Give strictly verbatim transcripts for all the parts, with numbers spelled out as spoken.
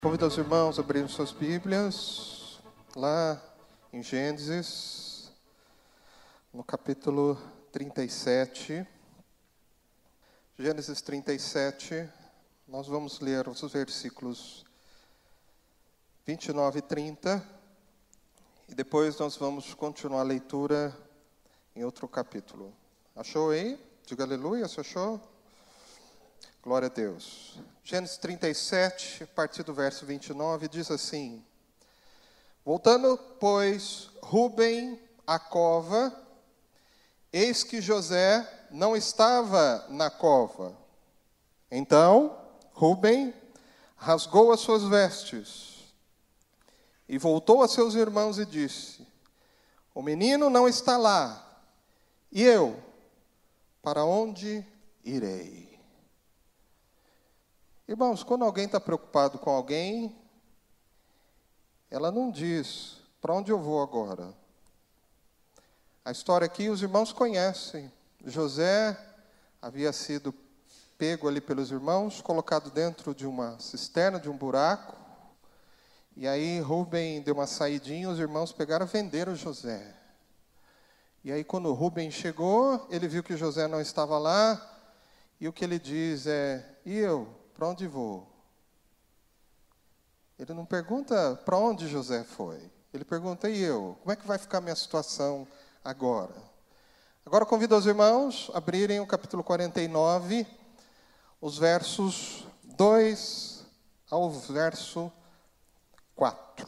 Convido os irmãos a abrirem suas Bíblias, lá em Gênesis, no capítulo trinta e sete. Gênesis trinta e sete, nós vamos ler os versículos vinte e nove e trinta, e depois nós vamos continuar a leitura em outro capítulo. Achou aí? Diga aleluia, você achou? Glória a Deus. Gênesis trinta e sete, a partir do verso vinte e nove, diz assim: Voltando, pois, Rúben à cova, eis que José não estava na cova. Então, Rúben rasgou as suas vestes e voltou a seus irmãos e disse: O menino não está lá, e eu, para onde irei? Irmãos, quando alguém está preocupado com alguém, ela não diz, para onde eu vou agora? A história aqui os irmãos conhecem. José havia sido pego ali pelos irmãos, colocado dentro de uma cisterna, de um buraco. E aí Rúben deu uma saidinha, os irmãos pegaram e venderam José. E aí quando Rúben chegou, ele viu que José não estava lá, e o que ele diz é: e eu? Para onde vou? Ele não pergunta para onde José foi. Ele pergunta: e eu? Como é que vai ficar a minha situação agora? Agora convido os irmãos a abrirem o capítulo quarenta e nove, os versos dois ao verso quatro.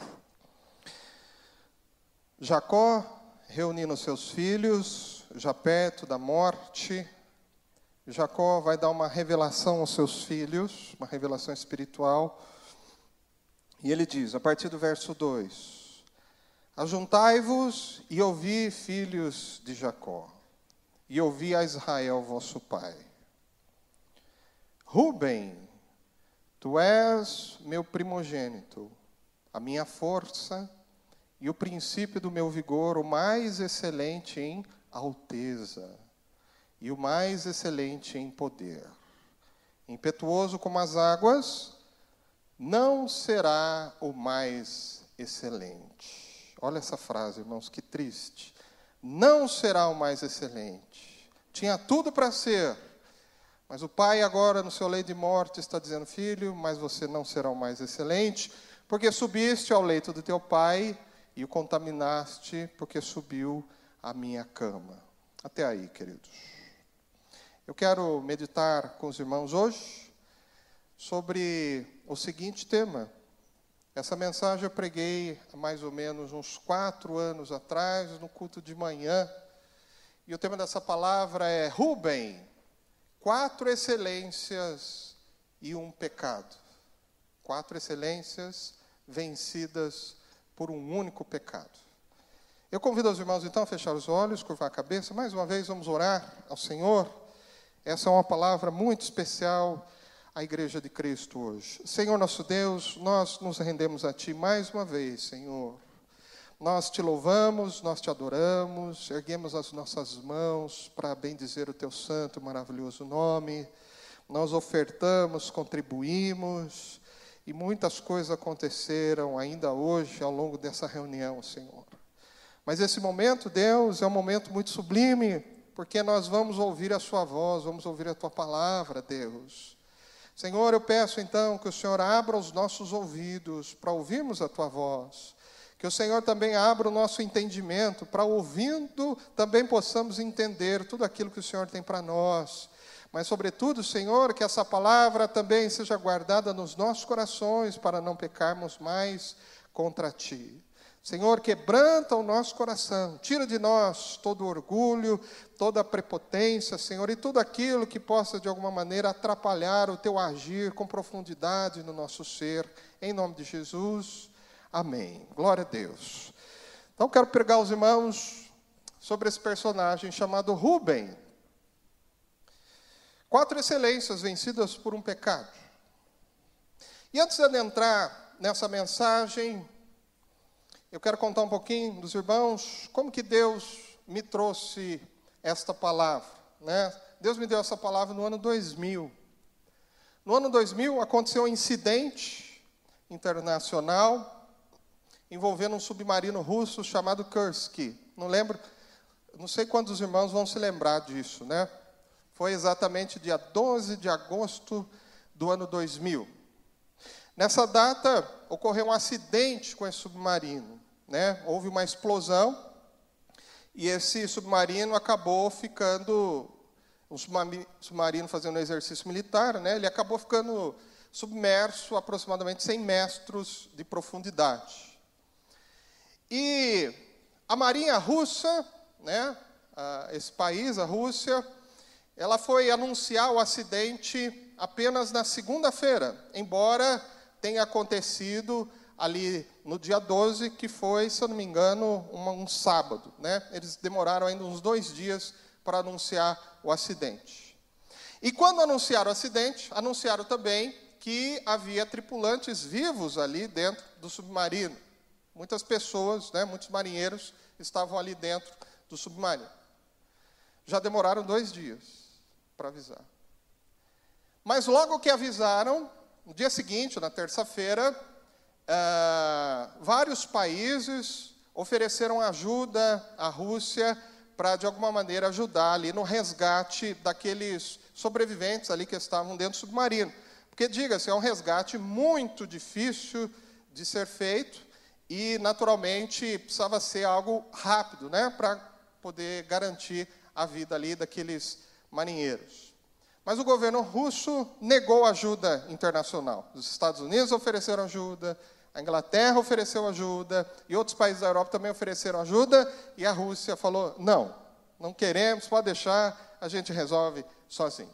Jacó, reunindo seus filhos, já perto da morte, Jacó vai dar uma revelação aos seus filhos, uma revelação espiritual. E ele diz, a partir do verso dois: Ajuntai-vos e ouvi, filhos de Jacó, e ouvi a Israel, vosso pai. Rúben, tu és meu primogênito, a minha força e o princípio do meu vigor, o mais excelente em alteza e o mais excelente em poder. Impetuoso como as águas, não será o mais excelente. Olha essa frase, irmãos, que triste. Não será o mais excelente. Tinha tudo para ser, mas o pai agora, no seu leito de morte, está dizendo: filho, mas você não será o mais excelente, porque subiste ao leito do teu pai e o contaminaste, porque subiu à minha cama. Até aí, queridos. Eu quero meditar com os irmãos hoje sobre o seguinte tema. Essa mensagem eu preguei há mais ou menos uns quatro anos atrás, no culto de manhã. E o tema dessa palavra é Rúben, quatro excelências e um pecado. Quatro excelências vencidas por um único pecado. Eu convido os irmãos então a fechar os olhos, curvar a cabeça. Mais uma vez vamos orar ao Senhor. Essa é uma palavra muito especial à Igreja de Cristo hoje. Senhor nosso Deus, nós nos rendemos a Ti mais uma vez, Senhor. Nós Te louvamos, nós Te adoramos, erguemos as nossas mãos para bendizer o Teu santo e maravilhoso nome. Nós ofertamos, contribuímos, e muitas coisas aconteceram ainda hoje ao longo dessa reunião, Senhor. Mas esse momento, Deus, é um momento muito sublime, porque nós vamos ouvir a Sua voz, vamos ouvir a Tua palavra, Deus. Senhor, eu peço então que o Senhor abra os nossos ouvidos para ouvirmos a Tua voz. Que o Senhor também abra o nosso entendimento para, ouvindo, também possamos entender tudo aquilo que o Senhor tem para nós. Mas, sobretudo, Senhor, que essa palavra também seja guardada nos nossos corações para não pecarmos mais contra Ti. Senhor, quebranta o nosso coração, tira de nós todo o orgulho, toda a prepotência, Senhor, e tudo aquilo que possa, de alguma maneira, atrapalhar o Teu agir com profundidade no nosso ser, em nome de Jesus, amém. Glória a Deus. Então, quero pregar aos irmãos sobre esse personagem chamado Rúben. Quatro excelências vencidas por um pecado. E antes de entrar nessa mensagem, eu quero contar um pouquinho dos irmãos, como que Deus me trouxe esta palavra, né? Deus me deu essa palavra no ano dois mil. No ano dois mil aconteceu um incidente internacional envolvendo um submarino russo chamado Kursk. Não lembro, não sei quantos irmãos vão se lembrar disso, né? Foi exatamente dia doze de agosto do ano dois mil. Nessa data, ocorreu um acidente com esse submarino, né? Houve uma explosão e esse submarino acabou ficando, um submarino fazendo exercício militar, né? Ele acabou ficando submerso a aproximadamente cem metros de profundidade. E a Marinha Russa, né? Esse país, a Rússia, ela foi anunciar o acidente apenas na segunda-feira, embora tenha acontecido ali no dia doze, que foi, se eu não me engano, um, um sábado, né? Eles demoraram ainda uns dois dias para anunciar o acidente. E quando anunciaram o acidente, anunciaram também que havia tripulantes vivos ali dentro do submarino. Muitas pessoas, né, muitos marinheiros estavam ali dentro do submarino. Já demoraram dois dias para avisar. Mas logo que avisaram, no dia seguinte, na terça-feira, uh, vários países ofereceram ajuda à Rússia para, de alguma maneira, ajudar ali no resgate daqueles sobreviventes ali que estavam dentro do submarino. Porque, diga-se, é um resgate muito difícil de ser feito e, naturalmente, precisava ser algo rápido, né, para poder garantir a vida ali daqueles marinheiros. Mas o governo russo negou ajuda internacional. Os Estados Unidos ofereceram ajuda, a Inglaterra ofereceu ajuda, e outros países da Europa também ofereceram ajuda, e a Rússia falou, não, não queremos, pode deixar, a gente resolve sozinho.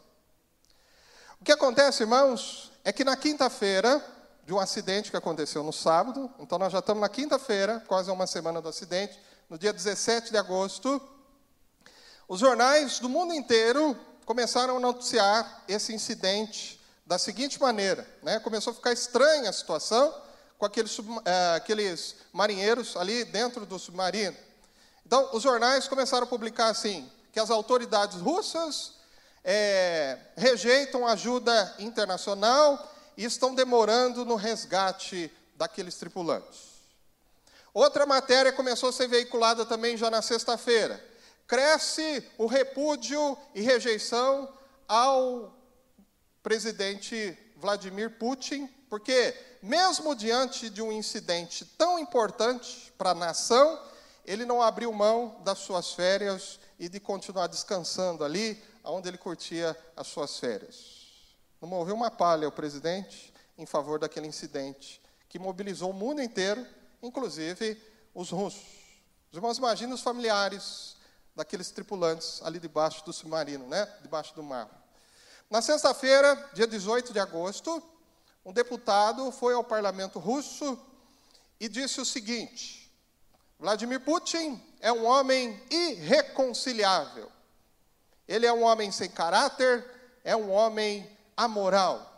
O que acontece, irmãos, é que na quinta-feira, de um acidente que aconteceu no sábado, então nós já estamos na quinta-feira, quase uma semana do acidente, no dia dezessete de agosto, os jornais do mundo inteiro começaram a noticiar esse incidente da seguinte maneira, né? Começou a ficar estranha a situação com aqueles, eh, aqueles marinheiros ali dentro do submarino. Então, os jornais começaram a publicar assim, que as autoridades russas eh, rejeitam ajuda internacional e estão demorando no resgate daqueles tripulantes. Outra matéria começou a ser veiculada também já na sexta-feira. Cresce o repúdio e rejeição ao presidente Vladimir Putin, porque, mesmo diante de um incidente tão importante para a nação, ele não abriu mão das suas férias e de continuar descansando ali, onde ele curtia as suas férias. Não moveu uma palha o presidente em favor daquele incidente, que mobilizou o mundo inteiro, inclusive os russos. Os irmãos, imaginem os familiares daqueles tripulantes ali debaixo do submarino, né? Debaixo do mar. Na sexta-feira, dia dezoito de agosto, um deputado foi ao parlamento russo e disse o seguinte, Vladimir Putin é um homem irreconciliável. Ele é um homem sem caráter, é um homem amoral.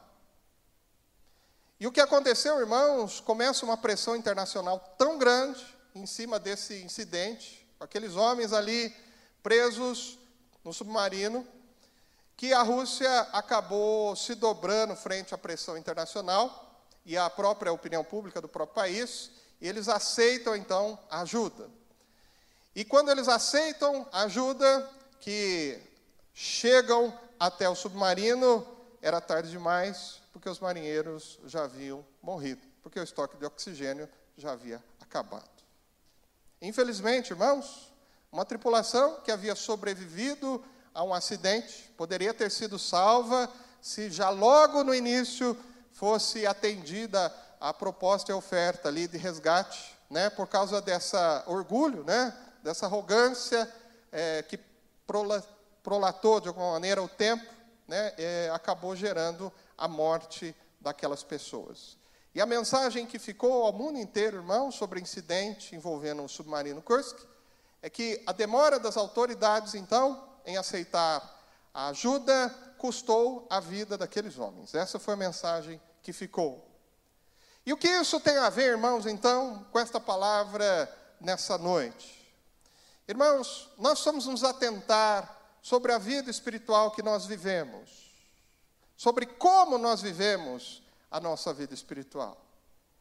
E o que aconteceu, irmãos, começa uma pressão internacional tão grande em cima desse incidente, aqueles homens ali presos no submarino, que a Rússia acabou se dobrando frente à pressão internacional e à própria opinião pública do próprio país, e eles aceitam, então, a ajuda. E quando eles aceitam a ajuda, que chegam até o submarino, era tarde demais, porque os marinheiros já haviam morrido, porque o estoque de oxigênio já havia acabado. Infelizmente, irmãos, uma tripulação que havia sobrevivido a um acidente poderia ter sido salva se já logo no início fosse atendida a proposta e a oferta ali de resgate, né, por causa dessa orgulho, né, dessa arrogância é, que prola, prolatou de alguma maneira o tempo, né, é, acabou gerando a morte daquelas pessoas. E a mensagem que ficou ao mundo inteiro, irmãos, sobre o incidente envolvendo o submarino Kursk, é que a demora das autoridades, então, em aceitar a ajuda, custou a vida daqueles homens. Essa foi a mensagem que ficou. E o que isso tem a ver, irmãos, então, com esta palavra nessa noite? Irmãos, nós vamos nos atentar sobre a vida espiritual que nós vivemos, sobre como nós vivemos a nossa vida espiritual.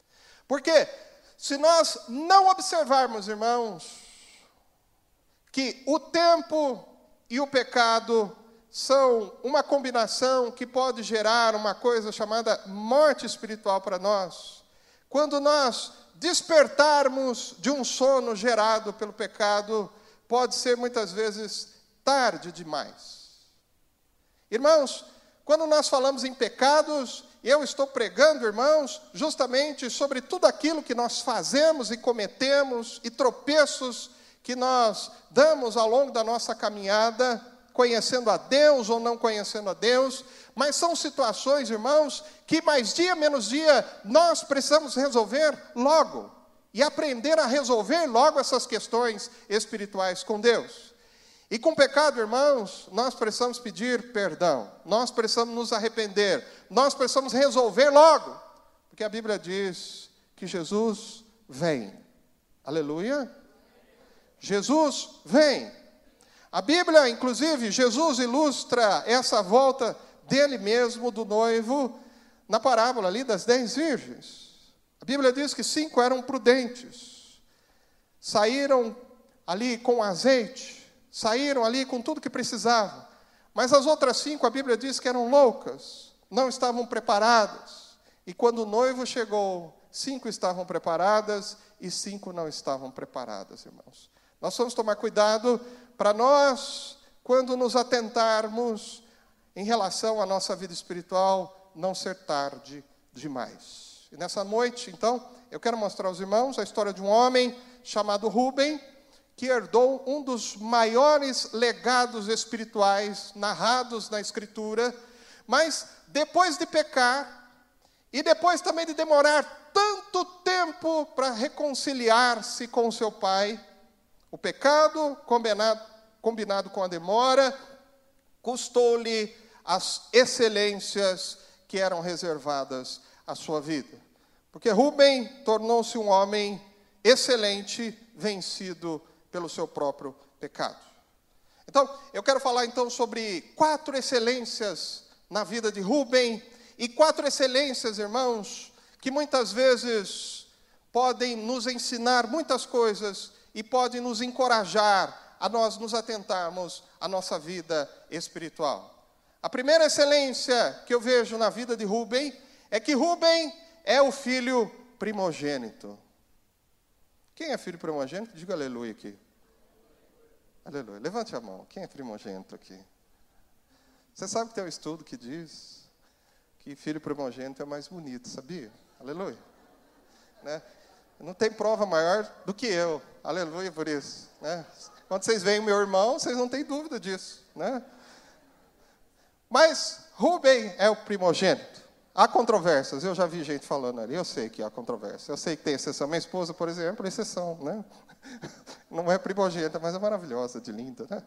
Porque se nós não observarmos, irmãos, que o tempo e o pecado são uma combinação que pode gerar uma coisa chamada morte espiritual para nós, quando nós despertarmos de um sono gerado pelo pecado, pode ser muitas vezes tarde demais. Irmãos, quando nós falamos em pecados, eu estou pregando, irmãos, justamente sobre tudo aquilo que nós fazemos e cometemos e tropeços que nós damos ao longo da nossa caminhada, conhecendo a Deus ou não conhecendo a Deus, mas são situações, irmãos, que mais dia menos dia nós precisamos resolver logo e aprender a resolver logo essas questões espirituais com Deus. E com o pecado, irmãos, nós precisamos pedir perdão, nós precisamos nos arrepender, nós precisamos resolver logo, porque a Bíblia diz que Jesus vem. Aleluia! Jesus vem. A Bíblia, inclusive, Jesus ilustra essa volta dele mesmo, do noivo, na parábola ali das dez virgens. A Bíblia diz que cinco eram prudentes, saíram ali com azeite, saíram ali com tudo que precisavam. Mas as outras cinco, a Bíblia diz que eram loucas, não estavam preparadas. E quando o noivo chegou, cinco estavam preparadas e cinco não estavam preparadas, irmãos. Nós vamos tomar cuidado para nós, quando nos atentarmos em relação à nossa vida espiritual, não ser tarde demais. E nessa noite, então, eu quero mostrar aos irmãos a história de um homem chamado Rubem, que herdou um dos maiores legados espirituais narrados na Escritura, mas depois de pecar, e depois também de demorar tanto tempo para reconciliar-se com seu pai, o pecado combinado, combinado com a demora, custou-lhe as excelências que eram reservadas à sua vida. Porque Rubem tornou-se um homem excelente, vencido pelo seu próprio pecado. Então, eu quero falar então sobre quatro excelências na vida de Rubem, e quatro excelências, irmãos, que muitas vezes podem nos ensinar muitas coisas e podem nos encorajar a nós nos atentarmos à nossa vida espiritual. A primeira excelência que eu vejo na vida de Rubem é que Rubem é o filho primogênito. Quem é filho primogênito? Diga aleluia aqui. Aleluia. Levante a mão. Quem é primogênito aqui? Você sabe que tem um estudo que diz que filho primogênito é mais bonito, sabia? Aleluia. Né? Não tem prova maior do que eu. Aleluia por isso. Né? Quando vocês veem o meu irmão, vocês não têm dúvida disso. Né? Mas Rubem é o primogênito. Há controvérsias, eu já vi gente falando ali, eu sei que há controvérsia. Eu sei que tem exceção. Minha esposa, por exemplo, é exceção. Né? Não é primogênita, mas é maravilhosa, de linda. Né?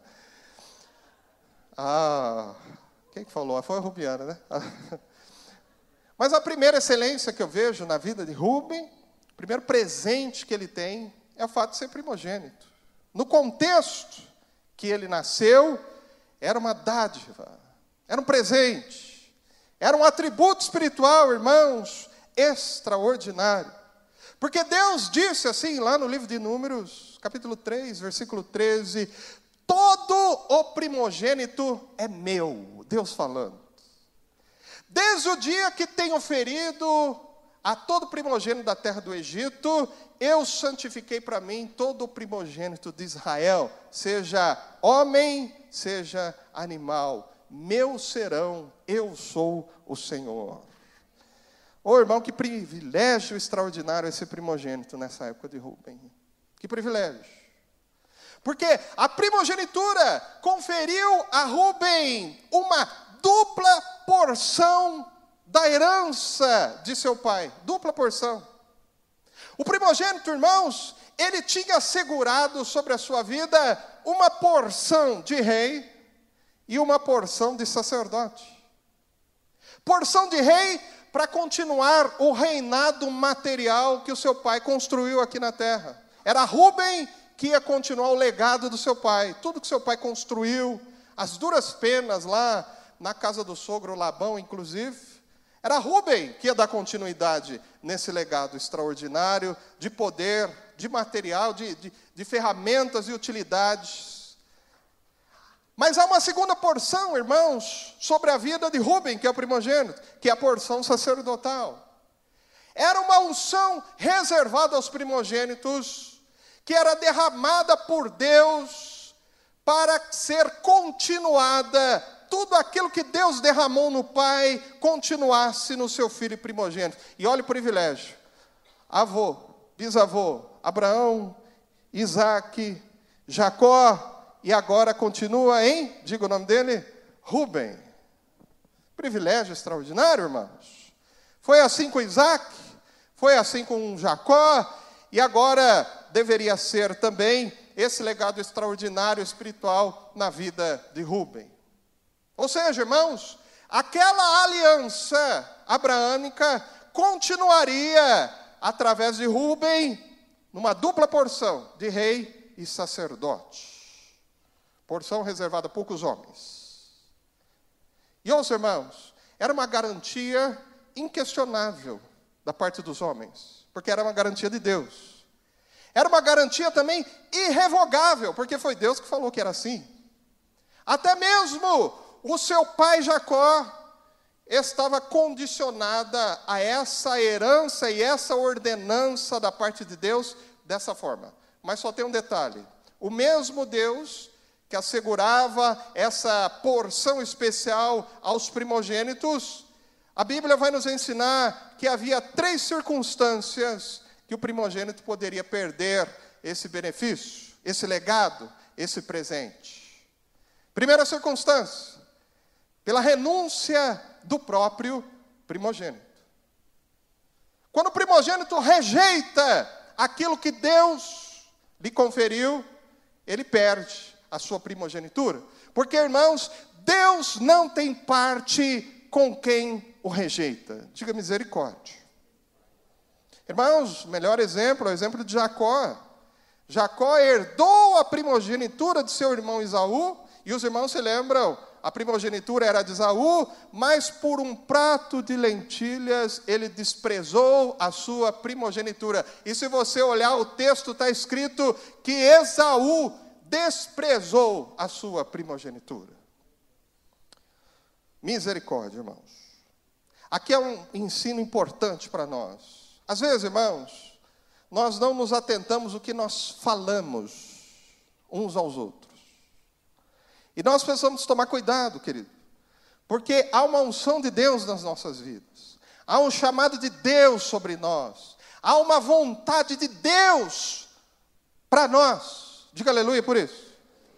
Ah, quem que falou? Foi a Rubiana, né? Mas a primeira excelência que eu vejo na vida de Rubem, o primeiro presente que ele tem, é o fato de ser primogênito. No contexto que ele nasceu, era uma dádiva, era um presente, era um atributo espiritual, irmãos, extraordinário. Porque Deus disse assim, lá no livro de Números, capítulo três, versículo treze, todo o primogênito é meu, Deus falando. Desde o dia que tenho ferido a todo primogênito da terra do Egito, eu santifiquei para mim todo o primogênito de Israel, seja homem, seja animal, meu serão, eu sou o Senhor. Ô irmão, que privilégio extraordinário esse primogênito nessa época de Rubem. Que privilégio. Porque a primogenitura conferiu a Rubem uma dupla porção da herança de seu pai. Dupla porção. O primogênito, irmãos, ele tinha assegurado sobre a sua vida uma porção de rei e uma porção de sacerdote. Porção de rei para continuar o reinado material que o seu pai construiu aqui na terra. Era Rubem que ia continuar o legado do seu pai. Tudo que seu pai construiu, as duras penas lá na casa do sogro Labão, inclusive, Era Rúben que ia dar continuidade nesse legado extraordinário de poder, de material, de, de, de ferramentas e utilidades. Mas há uma segunda porção, irmãos, sobre a vida de Rúben, que é o primogênito, que é a porção sacerdotal. Era uma unção reservada aos primogênitos, que era derramada por Deus para ser continuada. Tudo aquilo que Deus derramou no pai, continuasse no seu filho primogênito. E olha o privilégio. Avô, bisavô, Abraão, Isaque, Jacó, e agora continua em, diga o nome dele, Rúben. Privilégio extraordinário, irmãos. Foi assim com Isaque, foi assim com Jacó, e agora deveria ser também esse legado extraordinário espiritual na vida de Rúben. Ou seja, irmãos, aquela aliança abraâmica continuaria através de Rúben, numa dupla porção de rei e sacerdote. Porção reservada a poucos homens. E ouça, irmãos, era uma garantia inquestionável da parte dos homens, porque era uma garantia de Deus. Era uma garantia também irrevogável, porque foi Deus que falou que era assim. Até mesmo o seu pai Jacó estava condicionada a essa herança e essa ordenança da parte de Deus dessa forma. Mas só tem um detalhe. O mesmo Deus que assegurava essa porção especial aos primogênitos, a Bíblia vai nos ensinar que havia três circunstâncias que o primogênito poderia perder esse benefício, esse legado, esse presente. Primeira circunstância, pela renúncia do próprio primogênito. Quando o primogênito rejeita aquilo que Deus lhe conferiu, ele perde a sua primogenitura. Porque, irmãos, Deus não tem parte com quem o rejeita. Diga misericórdia. Irmãos, o melhor exemplo é o exemplo de Jacó. Jacó herdou a primogenitura de seu irmão Esaú, e os irmãos se lembram, a primogenitura era de Esaú, mas por um prato de lentilhas ele desprezou a sua primogenitura. E se você olhar o texto, está escrito que Esaú desprezou a sua primogenitura. Misericórdia, irmãos. Aqui é um ensino importante para nós. Às vezes, irmãos, nós não nos atentamos o que nós falamos uns aos outros. E nós precisamos tomar cuidado, querido, porque há uma unção de Deus nas nossas vidas. Há um chamado de Deus sobre nós. Há uma vontade de Deus para nós. Diga aleluia por isso.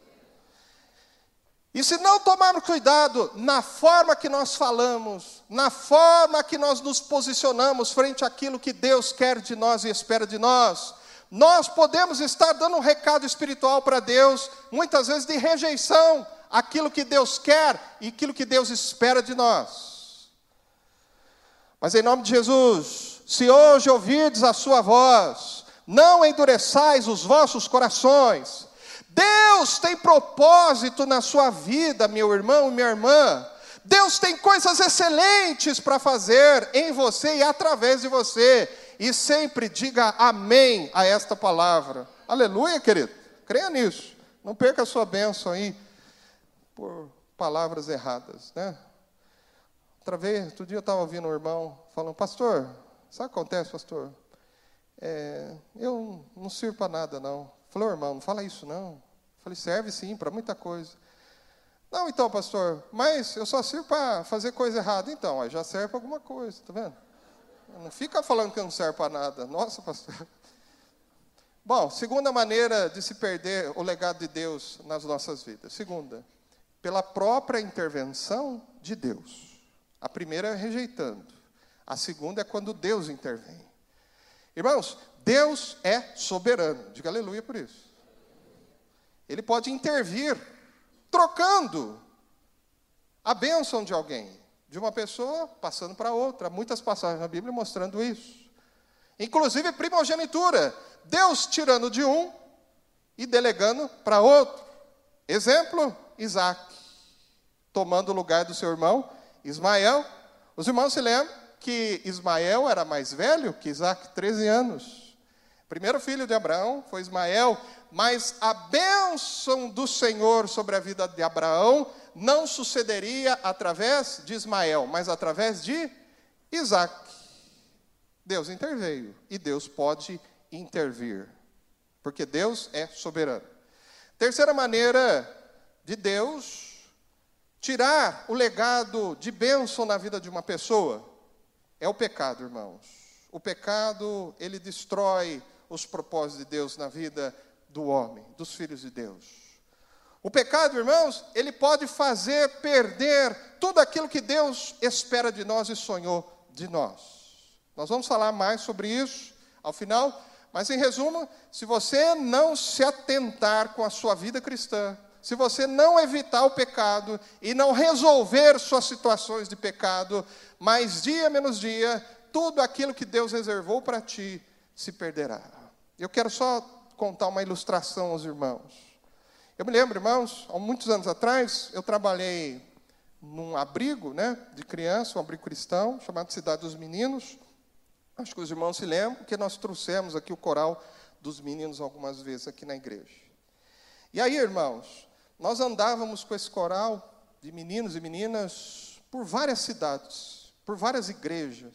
E se não tomarmos cuidado na forma que nós falamos, na forma que nós nos posicionamos frente àquilo que Deus quer de nós e espera de nós, nós podemos estar dando um recado espiritual para Deus, muitas vezes de rejeição àquilo que Deus quer e aquilo que Deus espera de nós. Mas em nome de Jesus, se hoje ouvirdes a sua voz, não endureçais os vossos corações. Deus tem propósito na sua vida, meu irmão e minha irmã. Deus tem coisas excelentes para fazer em você e através de você. E sempre diga amém a esta palavra. Aleluia, querido. Creia nisso. Não perca a sua bênção aí por palavras erradas, né? Outra vez, outro dia eu estava ouvindo um irmão falando, pastor, sabe o que acontece, pastor? É, eu não sirvo para nada, não. Falei, irmão, não fala isso, não. Falei, serve sim, para muita coisa. Não, então, pastor, mas eu só sirvo para fazer coisa errada. Então, aí já serve para alguma coisa, tá vendo? Não fica falando que não serve para nada. Nossa, pastor. Bom, segunda maneira de se perder o legado de Deus nas nossas vidas. Segunda, pela própria intervenção de Deus. A primeira é rejeitando. A segunda é quando Deus intervém. Irmãos, Deus é soberano. Diga aleluia por isso. Ele pode intervir, trocando a bênção de alguém, de uma pessoa passando para outra. Há muitas passagens na Bíblia mostrando isso. Inclusive primogenitura. Deus tirando de um e delegando para outro. Exemplo, Isaque, tomando o lugar do seu irmão Ismael. Os irmãos se lembram que Ismael era mais velho que Isaac, treze anos. O primeiro filho de Abraão foi Ismael, mas a bênção do Senhor sobre a vida de Abraão não sucederia através de Ismael, mas através de Isaac. Deus interveio, e Deus pode intervir, porque Deus é soberano. Terceira maneira de Deus tirar o legado de bênção na vida de uma pessoa é o pecado, irmãos. O pecado, ele destrói os propósitos de Deus na vida do homem, dos filhos de Deus. O pecado, irmãos, ele pode fazer perder tudo aquilo que Deus espera de nós e sonhou de nós. Nós vamos falar mais sobre isso ao final, mas em resumo, se você não se atentar com a sua vida cristã, se você não evitar o pecado e não resolver suas situações de pecado, mais dia menos dia, tudo aquilo que Deus reservou para ti se perderá. Eu quero só contar uma ilustração aos irmãos. Eu me lembro, irmãos, há muitos anos atrás, eu trabalhei num abrigo, né, de criança, um abrigo cristão, chamado Cidade dos Meninos. Acho que os irmãos se lembram, que nós trouxemos aqui o coral dos meninos algumas vezes aqui na igreja. E aí, irmãos, nós andávamos com esse coral de meninos e meninas por várias cidades, por várias igrejas.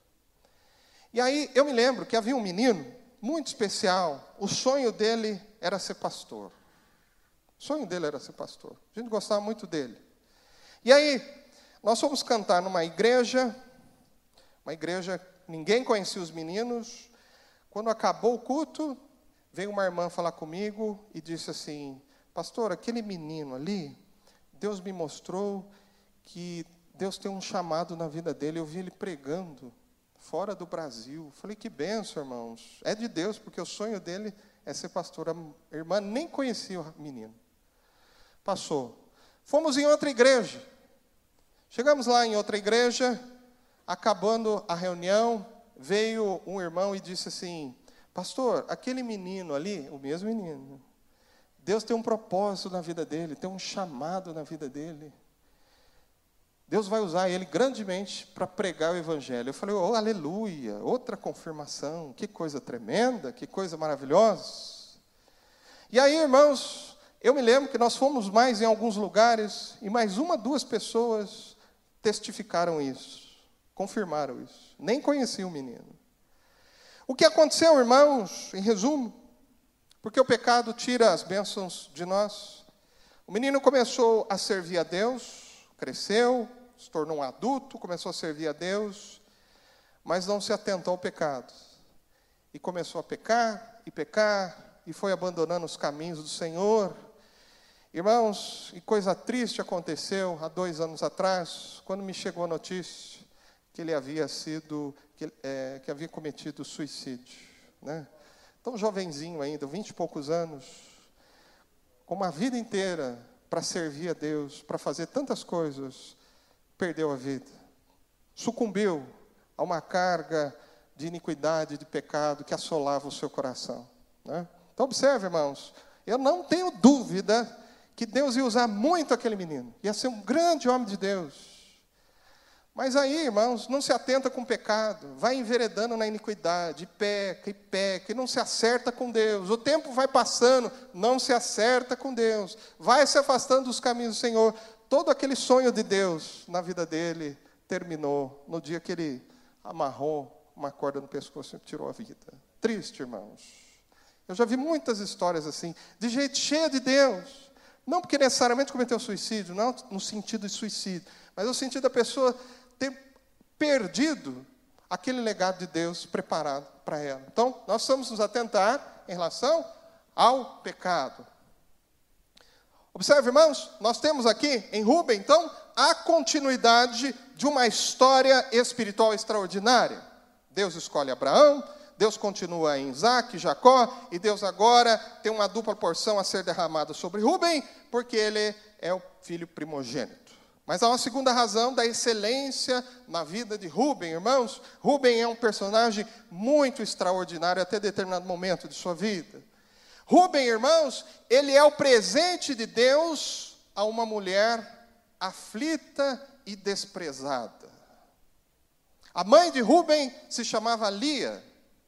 E aí, eu me lembro que havia um menino muito especial, o sonho dele era ser pastor. O sonho dele era ser pastor. A gente gostava muito dele. E aí, nós fomos cantar numa igreja, uma igreja, ninguém conhecia os meninos. Quando acabou o culto, veio uma irmã falar comigo e disse assim: pastor, aquele menino ali, Deus me mostrou que Deus tem um chamado na vida dele. Eu vi ele pregando fora do Brasil. Falei, que bênção, irmãos. É de Deus, porque o sonho dele é ser pastor. A irmã nem conhecia o menino. Passou. Fomos em outra igreja. Chegamos lá em outra igreja, acabando a reunião, veio um irmão e disse assim: pastor, aquele menino ali, o mesmo menino, Deus tem um propósito na vida dele, tem um chamado na vida dele. Deus vai usar ele grandemente para pregar o evangelho. Eu falei, oh, aleluia, outra confirmação, que coisa tremenda, que coisa maravilhosa. E aí, irmãos, eu me lembro que nós fomos mais em alguns lugares, e mais uma, duas pessoas testificaram isso, confirmaram isso. Nem conheciam o menino. O que aconteceu, irmãos, em resumo, porque o pecado tira as bênçãos de nós. O menino começou a servir a Deus, cresceu, se tornou um adulto, começou a servir a Deus, mas não se atentou ao pecado. E começou a pecar, e pecar, e foi abandonando os caminhos do Senhor. Irmãos, e coisa triste aconteceu há dois anos atrás, quando me chegou a notícia que ele havia sido, que, é, que havia cometido suicídio, né? Tão jovenzinho ainda, vinte e poucos anos, com uma vida inteira para servir a Deus, para fazer tantas coisas, perdeu a vida. Sucumbiu a uma carga de iniquidade, de pecado que assolava o seu coração, né? Então observe, irmãos, eu não tenho dúvida que Deus ia usar muito aquele menino, ia ser um grande homem de Deus. Mas aí, irmãos, não se atenta com o pecado, vai enveredando na iniquidade, peca e peca, e não se acerta com Deus. O tempo vai passando, não se acerta com Deus, vai se afastando dos caminhos do Senhor. Todo aquele sonho de Deus na vida dele terminou no dia que ele amarrou uma corda no pescoço e tirou a vida. Triste, irmãos. Eu já vi muitas histórias assim, de gente cheia de Deus. Não porque necessariamente cometeu suicídio, não no sentido de suicídio, mas no sentido da pessoa ter perdido aquele legado de Deus preparado para ela. Então, nós vamos nos atentar em relação ao pecado. Observe, irmãos, nós temos aqui em Rubem, então, a continuidade de uma história espiritual extraordinária. Deus escolhe Abraão, Deus continua em Isaac, Jacó, e Deus agora tem uma dupla porção a ser derramada sobre Rubem, porque ele é o filho primogênito. Mas há uma segunda razão da excelência na vida de Rubem, irmãos. Rubem é um personagem muito extraordinário até determinado momento de sua vida. Rubem, irmãos, ele é o presente de Deus a uma mulher aflita e desprezada. A mãe de Rúben se chamava Lia.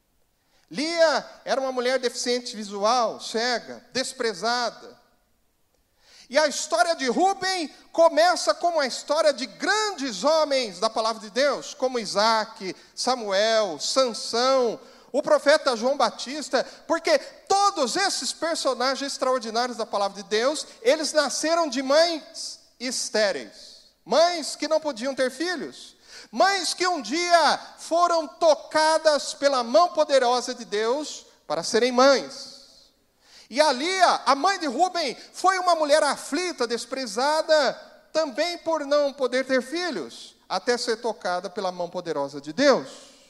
Lia era uma mulher deficiente visual, cega, desprezada. E a história de Rúben começa como a história de grandes homens da palavra de Deus, como Isaac, Samuel, Sansão, o profeta João Batista, porque todos esses personagens extraordinários da palavra de Deus, eles nasceram de mães estéreis, mães que não podiam ter filhos, mães que um dia foram tocadas pela mão poderosa de Deus para serem mães. E a Lia, a mãe de Rúben, foi uma mulher aflita, desprezada, também por não poder ter filhos, até ser tocada pela mão poderosa de Deus.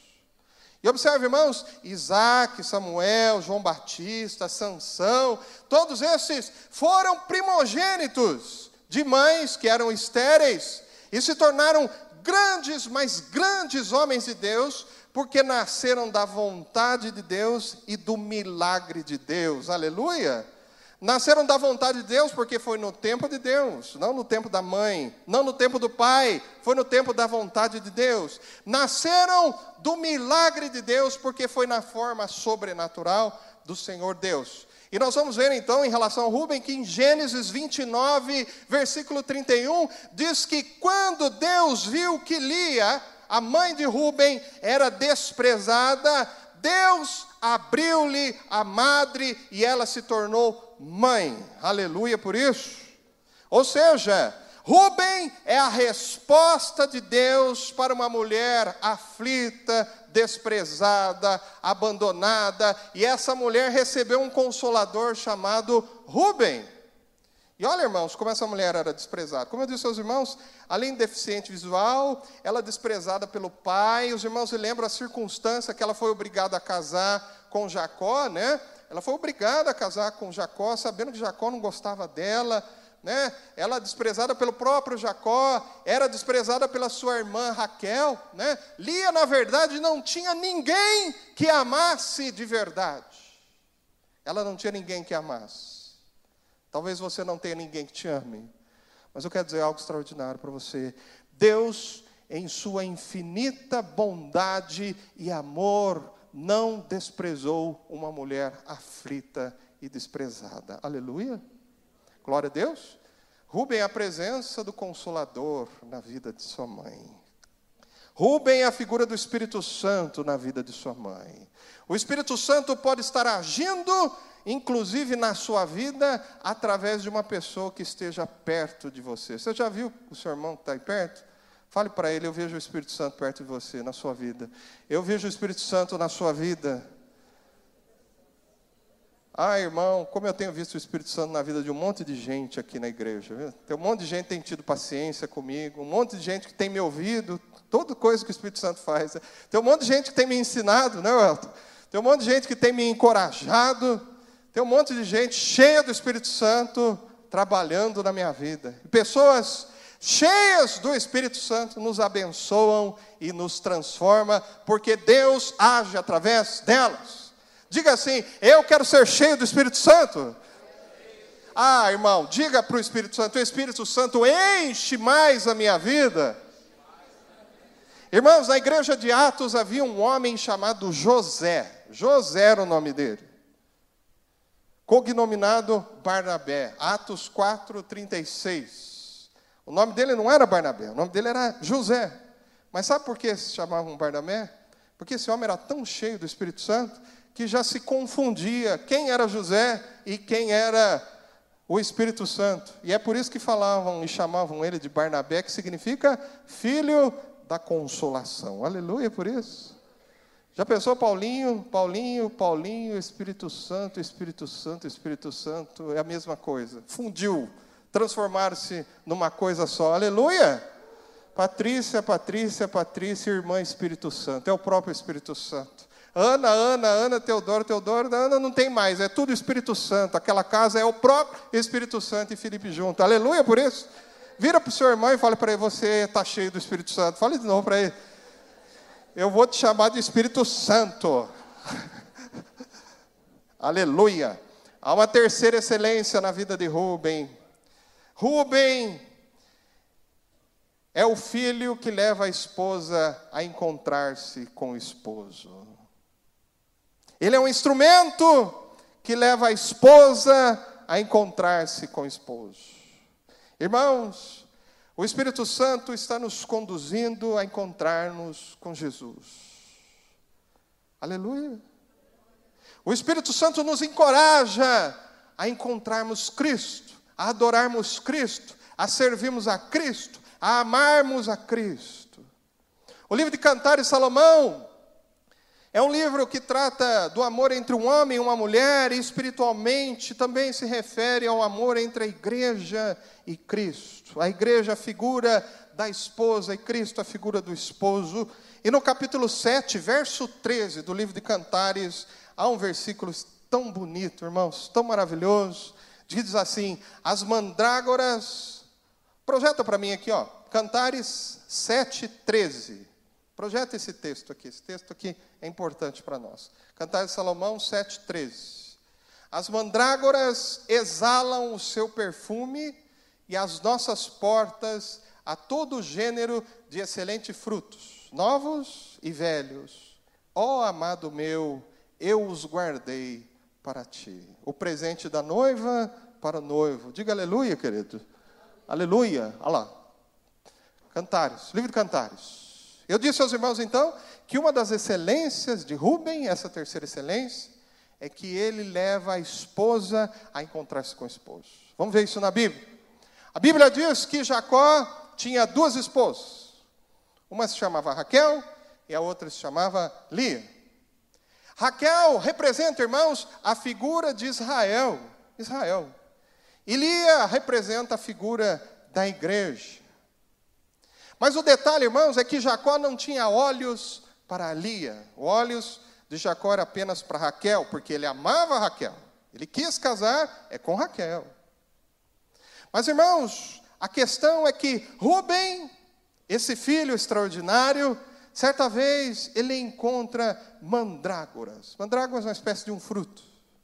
E observe, irmãos, Isaac, Samuel, João Batista, Sansão, todos esses foram primogênitos de mães que eram estéreis e se tornaram grandes, mas grandes homens de Deus, porque nasceram da vontade de Deus e do milagre de Deus, aleluia. Nasceram da vontade de Deus porque foi no tempo de Deus, não no tempo da mãe, não no tempo do pai, foi no tempo da vontade de Deus. Nasceram do milagre de Deus porque foi na forma sobrenatural do Senhor Deus. E nós vamos ver então em relação a Rúben que em Gênesis vinte e nove, versículo trinta e um, diz que quando Deus viu que Lia, a mãe de Rúben, era desprezada, Deus abriu-lhe a madre e ela se tornou mãe. Aleluia por isso. Ou seja, Rúben é a resposta de Deus para uma mulher aflita, desprezada, abandonada, e essa mulher recebeu um consolador chamado Rúben. E olha, irmãos, como essa mulher era desprezada. Como eu disse aos irmãos, além de deficiente visual, ela desprezada pelo pai. Os irmãos se lembram a circunstância que ela foi obrigada a casar com Jacó, né? Ela foi obrigada a casar com Jacó, sabendo que Jacó não gostava dela, né? Ela desprezada pelo próprio Jacó, era desprezada pela sua irmã Raquel, né? Lia, na verdade, não tinha ninguém que amasse de verdade. Ela não tinha ninguém que amasse. Talvez você não tenha ninguém que te ame, mas eu quero dizer algo extraordinário para você. Deus, em sua infinita bondade e amor, não desprezou uma mulher aflita e desprezada. Aleluia. Glória a Deus. Rúben é a presença do Consolador na vida de sua mãe. Rúben é a figura do Espírito Santo na vida de sua mãe. O Espírito Santo pode estar agindo, inclusive na sua vida, através de uma pessoa que esteja perto de você. Você já viu o seu irmão que está aí perto? Fale para ele: eu vejo o Espírito Santo perto de você, na sua vida. Eu vejo o Espírito Santo na sua vida. Ah, irmão, como eu tenho visto o Espírito Santo na vida de um monte de gente aqui na igreja. Viu? Tem um monte de gente que tem tido paciência comigo, um monte de gente que tem me ouvido, toda coisa que o Espírito Santo faz. Tem um monte de gente que tem me ensinado, né, Elton? Tem um monte de gente que tem me encorajado. Tem um monte de gente cheia do Espírito Santo trabalhando na minha vida. E pessoas cheias do Espírito Santo nos abençoam e nos transformam, porque Deus age através delas. Diga assim: eu quero ser cheio do Espírito Santo. Ah, irmão, diga para o Espírito Santo: o Espírito Santo enche mais a minha vida. Irmãos, na igreja de Atos havia um homem chamado José. José era o nome dele. Cognominado Barnabé. Atos quatro, trinta e seis. O nome dele não era Barnabé, o nome dele era José. Mas sabe por que se chamavam Barnabé? Porque esse homem era tão cheio do Espírito Santo que já se confundia quem era José e quem era o Espírito Santo. E é por isso que falavam e chamavam ele de Barnabé, que significa filho da consolação. Aleluia por isso. Já pensou Paulinho, Paulinho, Paulinho, Espírito Santo, Espírito Santo, Espírito Santo, é a mesma coisa. Fundiu, transformaram-se numa coisa só. Aleluia! Patrícia, Patrícia, Patrícia, irmã Espírito Santo, é o próprio Espírito Santo. Ana, Ana, Ana, Teodoro, Teodoro, Ana não tem mais, é tudo Espírito Santo. Aquela casa é o próprio Espírito Santo e Felipe junto. Aleluia por isso. Vira para o seu irmão e fala para ele: você está cheio do Espírito Santo. Fale de novo para ele: eu vou te chamar de Espírito Santo. Aleluia. Há uma terceira excelência na vida de Rúben. Rúben é o filho que leva a esposa a encontrar-se com o esposo. Ele é um instrumento que leva a esposa a encontrar-se com o esposo. Irmãos, o Espírito Santo está nos conduzindo a encontrar-nos com Jesus. Aleluia. O Espírito Santo nos encoraja a encontrarmos Cristo, a adorarmos Cristo, a servirmos a Cristo, a amarmos a Cristo. O livro de Cantares de Salomão é um livro que trata do amor entre um homem e uma mulher, e espiritualmente também se refere ao amor entre a igreja e Cristo. A igreja, a figura da esposa, e Cristo, a figura do esposo. E no capítulo sete, verso treze do livro de Cantares, há um versículo tão bonito, irmãos, tão maravilhoso. Diz assim: as mandrágoras... Projeta para mim aqui, ó, Cantares sete, treze. Projeta esse texto aqui, esse texto aqui é importante para nós. Cantares de Salomão sete, treze. As mandrágoras exalam o seu perfume, e as nossas portas a todo gênero de excelentes frutos, novos e velhos. Ó amado meu, eu os guardei para ti. O presente da noiva para o noivo. Diga aleluia, querido. Aleluia. Olha lá. Cantares, livro de Cantares. Eu disse aos irmãos, então, que uma das excelências de Rubem, essa terceira excelência, é que ele leva a esposa a encontrar-se com o esposo. Vamos ver isso na Bíblia. A Bíblia diz que Jacó tinha duas esposas. Uma se chamava Raquel e a outra se chamava Lia. Raquel representa, irmãos, a figura de Israel. Israel. E Lia representa a figura da igreja. Mas o detalhe, irmãos, é que Jacó não tinha olhos para Lia. Os olhos de Jacó eram apenas para Raquel, porque ele amava Raquel. Ele quis casar, é com Raquel. Mas, irmãos, a questão é que Rubem, esse filho extraordinário, certa vez ele encontra mandrágoras. Mandrágoras é uma espécie de um fruto.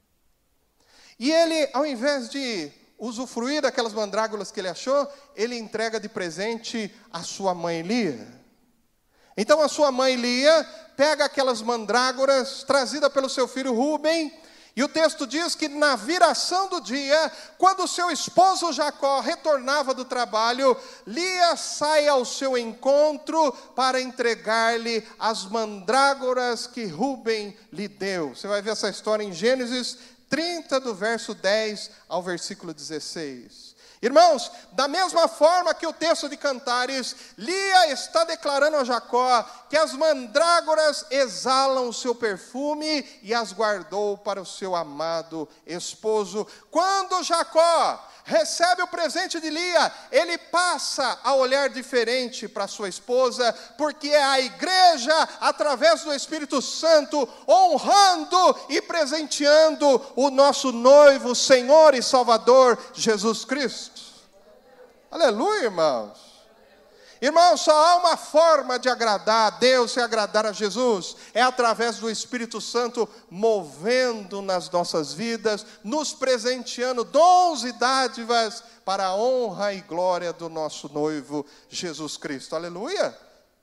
E ele, ao invés de usufruir daquelas mandrágoras que ele achou, ele entrega de presente a sua mãe Lia. Então a sua mãe Lia pega aquelas mandrágoras trazidas pelo seu filho Rubem, e o texto diz que na viração do dia, quando o seu esposo Jacó retornava do trabalho, Lia sai ao seu encontro para entregar-lhe as mandrágoras que Rubem lhe deu. Você vai ver essa história em Gênesis trinta, do verso dez ao versículo dezesseis. Irmãos, da mesma forma que o texto de Cantares, Lia está declarando a Jacó que as mandrágoras exalam o seu perfume e as guardou para o seu amado esposo. Quando Jacó recebe o presente de Lia, ele passa a olhar diferente para sua esposa, porque é a igreja, através do Espírito Santo, honrando e presenteando o nosso noivo, Senhor e Salvador, Jesus Cristo. Aleluia, irmãos. Irmãos, só há uma forma de agradar a Deus e agradar a Jesus, é através do Espírito Santo movendo nas nossas vidas, nos presenteando dons e dádivas para a honra e glória do nosso noivo Jesus Cristo. Aleluia.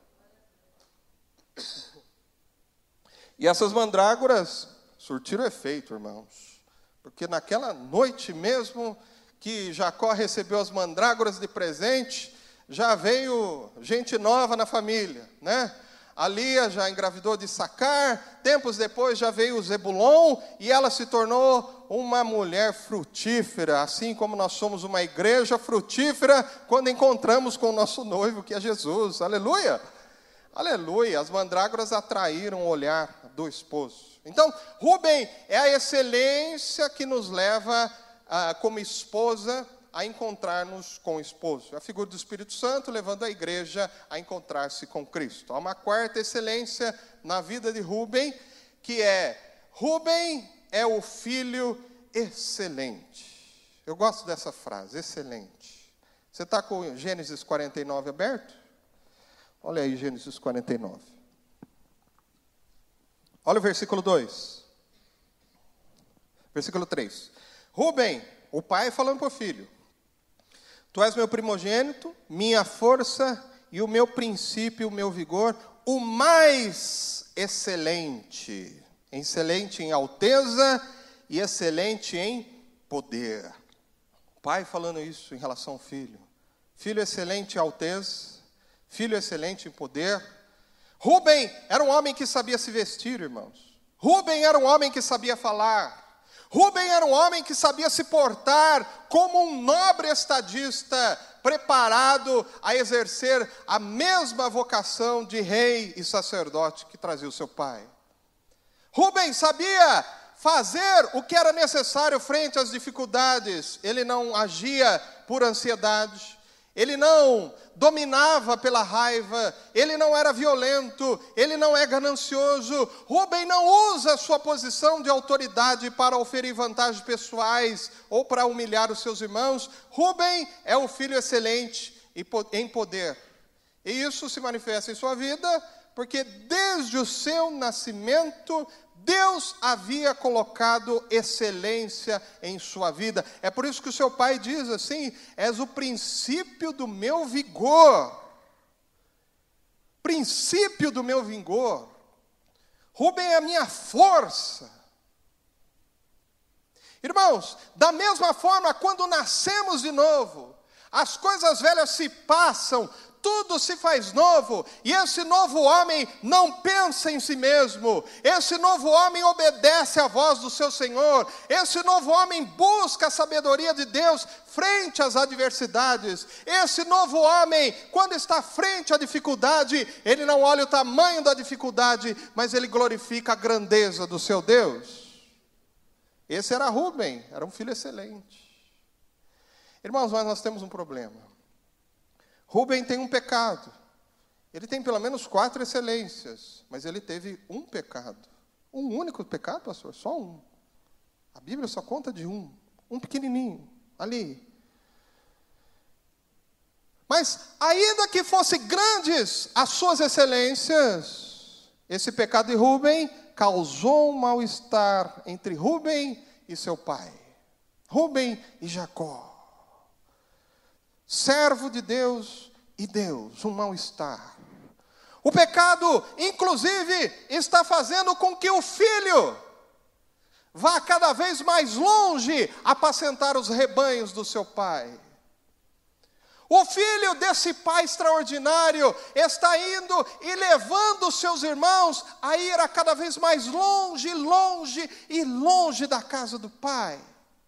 E essas mandrágoras surtiram efeito, irmãos, porque naquela noite mesmo que Jacó recebeu as mandrágoras de presente, já veio gente nova na família, né? A Lia já engravidou de Sacar, tempos depois já veio o Zebulon, e ela se tornou uma mulher frutífera, assim como nós somos uma igreja frutífera, quando encontramos com o nosso noivo, que é Jesus. Aleluia! Aleluia! As mandrágoras atraíram o olhar do esposo. Então, Rubem é a excelência que nos leva, ah, como esposa, a encontrar-nos com o esposo. A figura do Espírito Santo levando a igreja a encontrar-se com Cristo. Há uma quarta excelência na vida de Rubem, que é, Rubem é o filho excelente. Eu gosto dessa frase, excelente. Você está com Gênesis quarenta e nove aberto? Olha aí Gênesis quarenta e nove. Olha o versículo dois. Versículo três. Rubem, o pai falando para o filho: tu és meu primogênito, minha força e o meu princípio, o meu vigor, o mais excelente. Excelente em alteza e excelente em poder. O pai falando isso em relação ao filho. Filho excelente em alteza, filho excelente em poder. Rubem era um homem que sabia se vestir, irmãos. Rubem era um homem que sabia falar. Rubem era um homem que sabia se portar como um nobre estadista, preparado a exercer a mesma vocação de rei e sacerdote que trazia o seu pai. Rubem sabia fazer o que era necessário frente às dificuldades. Ele não agia por ansiedade. Ele não dominava pela raiva, ele não era violento, ele não é ganancioso. Rubem não usa a sua posição de autoridade para oferir vantagens pessoais ou para humilhar os seus irmãos. Rubem é um filho excelente em poder. E isso se manifesta em sua vida, porque desde o seu nascimento, Deus havia colocado excelência em sua vida. É por isso que o seu pai diz assim: és o princípio do meu vigor. Princípio do meu vigor. Rubem é a minha força. Irmãos, da mesma forma, quando nascemos de novo, as coisas velhas se passam, tudo se faz novo, e esse novo homem não pensa em si mesmo, esse novo homem obedece à voz do seu Senhor, esse novo homem busca a sabedoria de Deus frente às adversidades, esse novo homem, quando está frente à dificuldade, ele não olha o tamanho da dificuldade, mas ele glorifica a grandeza do seu Deus. Esse era Rubem, era um filho excelente. Irmãos, mas nós temos um problema. Rubem tem um pecado. Ele tem pelo menos quatro excelências, mas ele teve um pecado. Um único pecado, pastor? Só um. A Bíblia só conta de um. Um pequenininho, ali. Mas, ainda que fossem grandes as suas excelências, esse pecado de Rubem causou um mal-estar entre Rubem e seu pai. Rubem e Jacó. Servo de Deus e Deus, um mal-estar. O pecado, inclusive, está fazendo com que o filho vá cada vez mais longe apacentar os rebanhos do seu pai. O filho desse pai extraordinário está indo e levando os seus irmãos a ir a cada vez mais longe, longe e longe da casa do pai.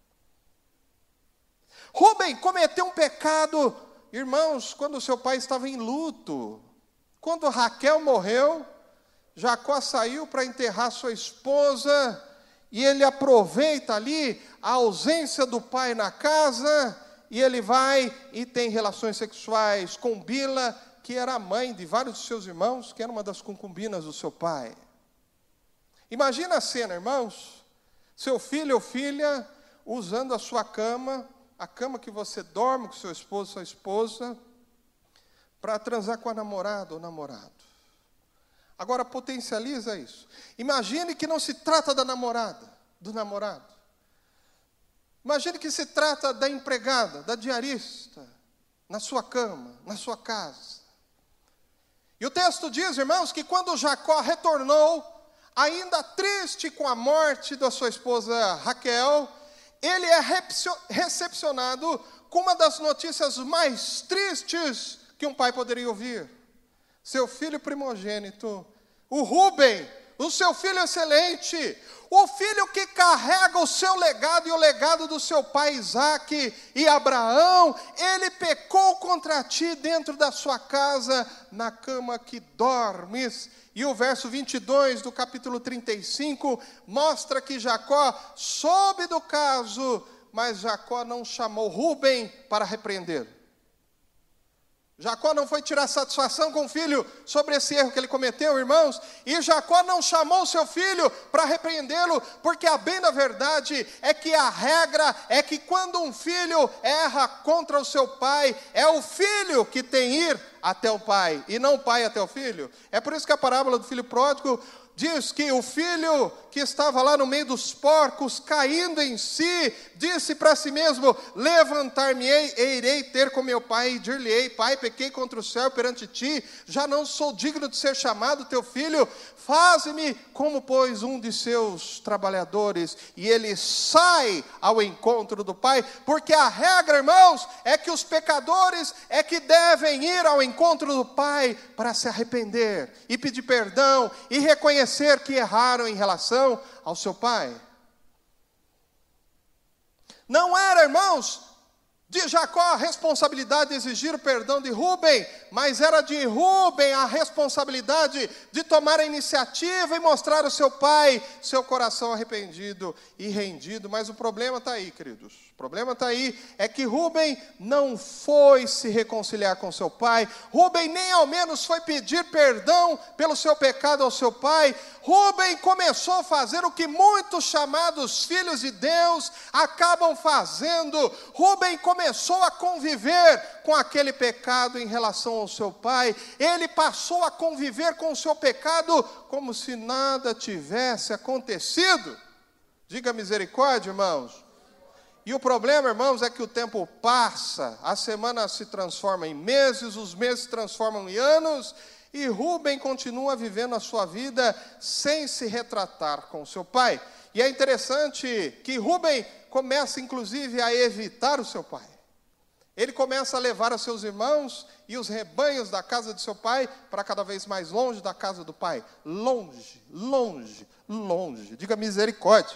Rubem cometeu um pecado, irmãos, quando seu pai estava em luto. Quando Raquel morreu, Jacó saiu para enterrar sua esposa, e ele aproveita ali a ausência do pai na casa, e ele vai e tem relações sexuais com Bila, que era a mãe de vários de seus irmãos, que era uma das concubinas do seu pai. Imagina a cena, irmãos, seu filho ou filha usando a sua cama, a cama que você dorme com seu esposo, sua esposa, para transar com a namorada ou namorado. Agora potencializa isso. Imagine que não se trata da namorada, do namorado. Imagine que se trata da empregada, da diarista, na sua cama, na sua casa. E o texto diz, irmãos, que quando Jacó retornou, ainda triste com a morte da sua esposa Raquel, ele é recepcionado com uma das notícias mais tristes que um pai poderia ouvir. Seu filho primogênito, o Rubem, o seu filho excelente, o filho que carrega o seu legado e o legado do seu pai Isaque e Abraão, ele pecou contra ti dentro da sua casa, na cama que dormes. E o verso vinte e dois do capítulo trinta e cinco mostra que Jacó soube do caso, mas Jacó não chamou Rubem para repreendê-lo. Jacó não foi tirar satisfação com o filho sobre esse erro que ele cometeu, irmãos, e Jacó não chamou seu filho para repreendê-lo, porque a bem da verdade é que a regra é que quando um filho erra contra o seu pai, é o filho que tem ir até o pai, e não o pai até o filho. É por isso que a parábola do filho pródigo diz que o filho que estava lá no meio dos porcos, caindo em si, disse para si mesmo: levantar-me-ei e irei ter com meu pai, e dir-lhe-ei: pai, pequei contra o céu perante ti, já não sou digno de ser chamado teu filho, faze-me como, pois, um de seus trabalhadores. E ele sai ao encontro do pai, porque a regra, irmãos, é que os pecadores é que devem ir ao encontro do pai para se arrepender e pedir perdão e reconhecer que erraram em relação ao seu pai. Não era, irmãos, de Jacó a responsabilidade de exigir o perdão de Rúben, mas era de Rúben a responsabilidade de tomar a iniciativa e mostrar ao seu pai seu coração arrependido e rendido. Mas o problema está aí, queridos. O problema está aí, é que Rúben não foi se reconciliar com seu pai. Rúben nem ao menos foi pedir perdão pelo seu pecado ao seu pai. Rúben começou a fazer o que muitos chamados filhos de Deus acabam fazendo. Rúben começou a conviver com aquele pecado em relação ao seu pai. Ele passou a conviver com o seu pecado como se nada tivesse acontecido. Diga misericórdia, irmãos. E o problema, irmãos, é que o tempo passa, a semana se transforma em meses, os meses se transformam em anos, e Rúben continua vivendo a sua vida sem se retratar com seu pai. E é interessante que Rúben começa, inclusive, a evitar o seu pai. Ele começa a levar os seus irmãos e os rebanhos da casa de seu pai para cada vez mais longe da casa do pai. Longe, longe, longe. Diga misericórdia.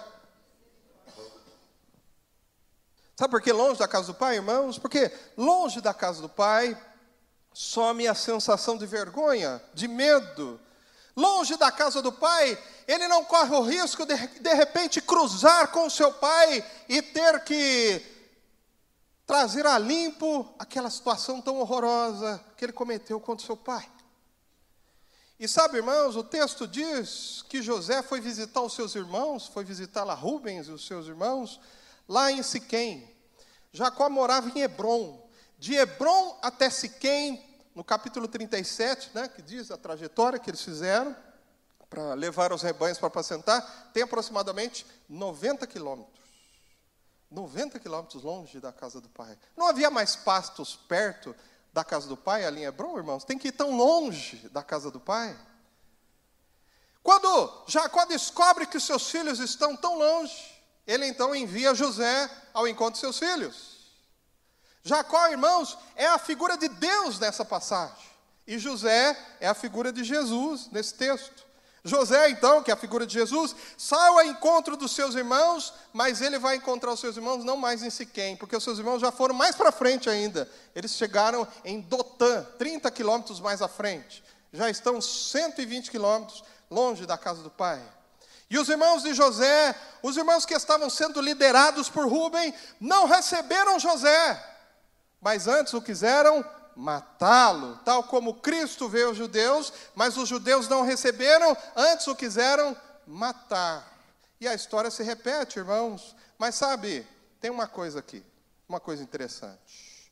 Sabe por que longe da casa do pai, irmãos? Porque longe da casa do pai some a sensação de vergonha, de medo. Longe da casa do pai, ele não corre o risco de, de repente, cruzar com o seu pai e ter que trazer a limpo aquela situação tão horrorosa que ele cometeu contra o seu pai. E sabe, irmãos, o texto diz que José foi visitar os seus irmãos, foi visitar lá Rubens e os seus irmãos, lá em Siquém. Jacó morava em Hebrom. De Hebrom até Siquém, no capítulo trinta e sete, né, que diz a trajetória que eles fizeram para levar os rebanhos para apacentar, tem aproximadamente noventa quilômetros. noventa quilômetros longe da casa do pai. Não havia mais pastos perto da casa do pai, ali em Hebrom, irmãos? Tem que ir tão longe da casa do pai. Quando Jacó descobre que os seus filhos estão tão longe, ele então envia José ao encontro de seus filhos. Jacó, irmãos, é a figura de Deus nessa passagem. E José é a figura de Jesus nesse texto. José, então, que é a figura de Jesus, sai ao encontro dos seus irmãos, mas ele vai encontrar os seus irmãos não mais em Siquém, porque os seus irmãos já foram mais para frente ainda. Eles chegaram em Dotã, trinta quilômetros mais à frente. Já estão cento e vinte quilômetros longe da casa do pai. E os irmãos de José, os irmãos que estavam sendo liderados por Rúben, não receberam José, mas antes o quiseram matá-lo, tal como Cristo veio aos judeus, mas os judeus não receberam, antes o quiseram matar. E a história se repete, irmãos. Mas sabe, tem uma coisa aqui, uma coisa interessante.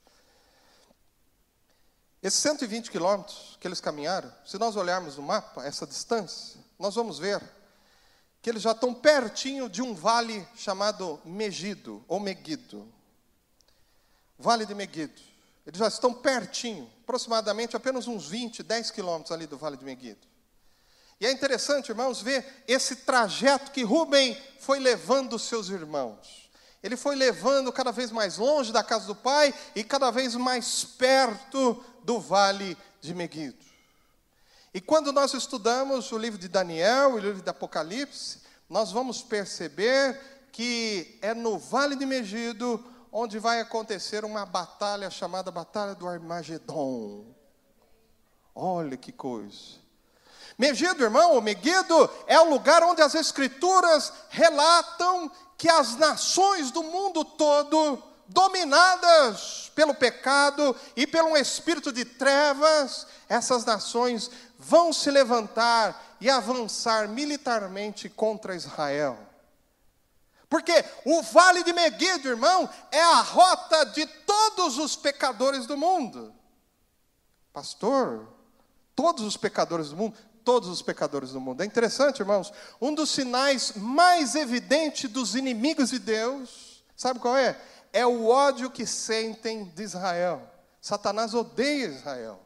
Esses cento e vinte quilômetros que eles caminharam, se nós olharmos no mapa, essa distância, nós vamos ver que eles já estão pertinho de um vale chamado Megido, ou Megido. Vale de Megido. Eles já estão pertinho, aproximadamente apenas uns vinte, dez quilômetros ali do Vale de Megido. E é interessante, irmãos, ver esse trajeto que Rúben foi levando os seus irmãos. Ele foi levando cada vez mais longe da casa do pai e cada vez mais perto do Vale de Megido. E quando nós estudamos o livro de Daniel, o livro de Apocalipse, nós vamos perceber que é no Vale de Megido onde vai acontecer uma batalha chamada Batalha do Armagedon. Olha que coisa. Megido, irmão, o Megido é o lugar onde as Escrituras relatam que as nações do mundo todo, dominadas pelo pecado e pelo espírito de trevas, essas nações vão se levantar e avançar militarmente contra Israel. Porque o Vale de Megido, irmão, é a rota de todos os pecadores do mundo. Pastor, todos os pecadores do mundo? todos os pecadores do mundo. É interessante, irmãos, um dos sinais mais evidentes dos inimigos de Deus, sabe qual é? É o ódio que sentem de Israel. Satanás odeia Israel.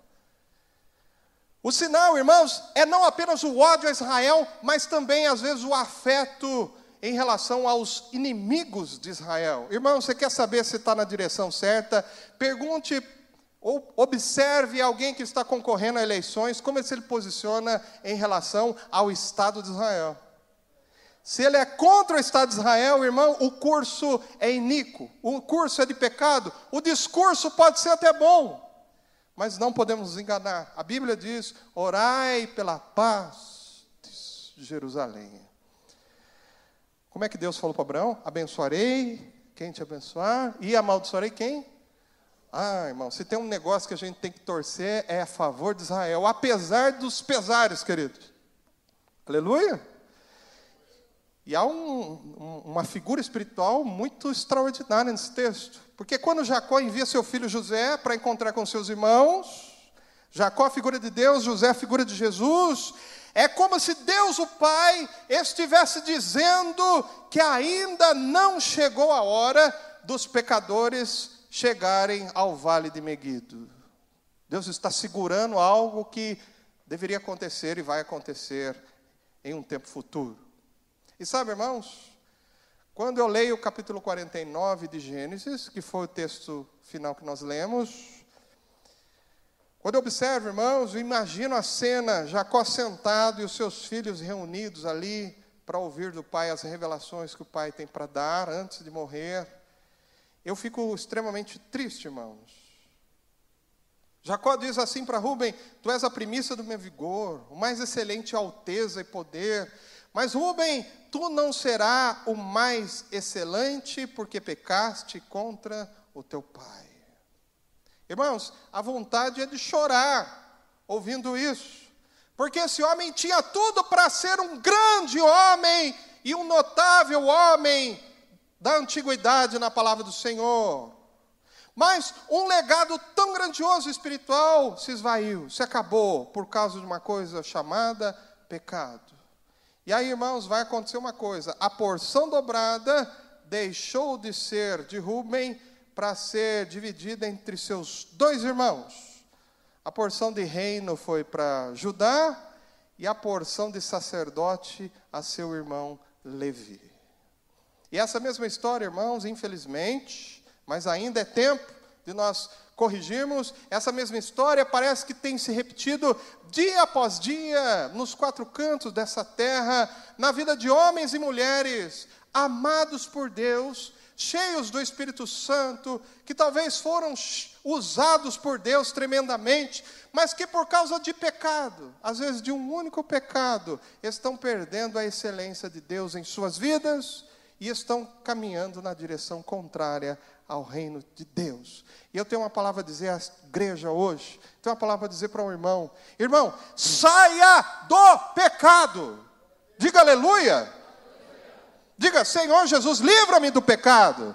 O sinal, irmãos, é não apenas o ódio a Israel, mas também, às vezes, o afeto em relação aos inimigos de Israel. Irmão, você quer saber se está na direção certa? Pergunte ou observe alguém que está concorrendo a eleições, como ele se posiciona em relação ao Estado de Israel. Se ele é contra o Estado de Israel, irmão, o curso é iníquo, o curso é de pecado, o discurso pode ser até bom, mas não podemos nos enganar. A Bíblia diz, orai pela paz de Jerusalém. Como é que Deus falou para Abraão? Abençoarei quem te abençoar e amaldiçoarei quem? Ah, irmão, se tem um negócio que a gente tem que torcer é a favor de Israel, apesar dos pesares, queridos. Aleluia! E há um, um, uma figura espiritual muito extraordinária nesse texto. Porque quando Jacó envia seu filho José para encontrar com seus irmãos, Jacó a figura de Deus, José a figura de Jesus, é como se Deus o Pai estivesse dizendo que ainda não chegou a hora dos pecadores chegarem ao vale de Meguido. Deus está segurando algo que deveria acontecer e vai acontecer em um tempo futuro. E sabe, irmãos, quando eu leio o capítulo quarenta e nove de Gênesis, que foi o texto final que nós lemos, quando eu observo, irmãos, eu imagino a cena, Jacó sentado e os seus filhos reunidos ali para ouvir do pai as revelações que o pai tem para dar antes de morrer. Eu fico extremamente triste, irmãos. Jacó diz assim para Rúben, tu és a primícia do meu vigor, o mais excelente alteza e poder. Mas Rúben, tu não serás o mais excelente, porque pecaste contra o teu pai. Irmãos, a vontade é de chorar, ouvindo isso. Porque esse homem tinha tudo para ser um grande homem, e um notável homem da antiguidade na palavra do Senhor. Mas um legado tão grandioso espiritual se esvaiu, se acabou, por causa de uma coisa chamada pecado. E aí, irmãos, vai acontecer uma coisa. A porção dobrada deixou de ser de Rúben para ser dividida entre seus dois irmãos. A porção de reino foi para Judá e a porção de sacerdote a seu irmão Levi. E essa mesma história, irmãos, infelizmente, mas ainda é tempo de nós corrigirmos, essa mesma história parece que tem se repetido dia após dia, nos quatro cantos dessa terra, na vida de homens e mulheres, amados por Deus, cheios do Espírito Santo, que talvez foram usados por Deus tremendamente, mas que por causa de pecado, às vezes de um único pecado, estão perdendo a excelência de Deus em suas vidas, e estão caminhando na direção contrária ao reino de Deus. E eu tenho uma palavra a dizer à igreja hoje, tenho uma palavra a dizer para um irmão, irmão, saia do pecado, diga aleluia, diga, Senhor Jesus, livra-me do pecado.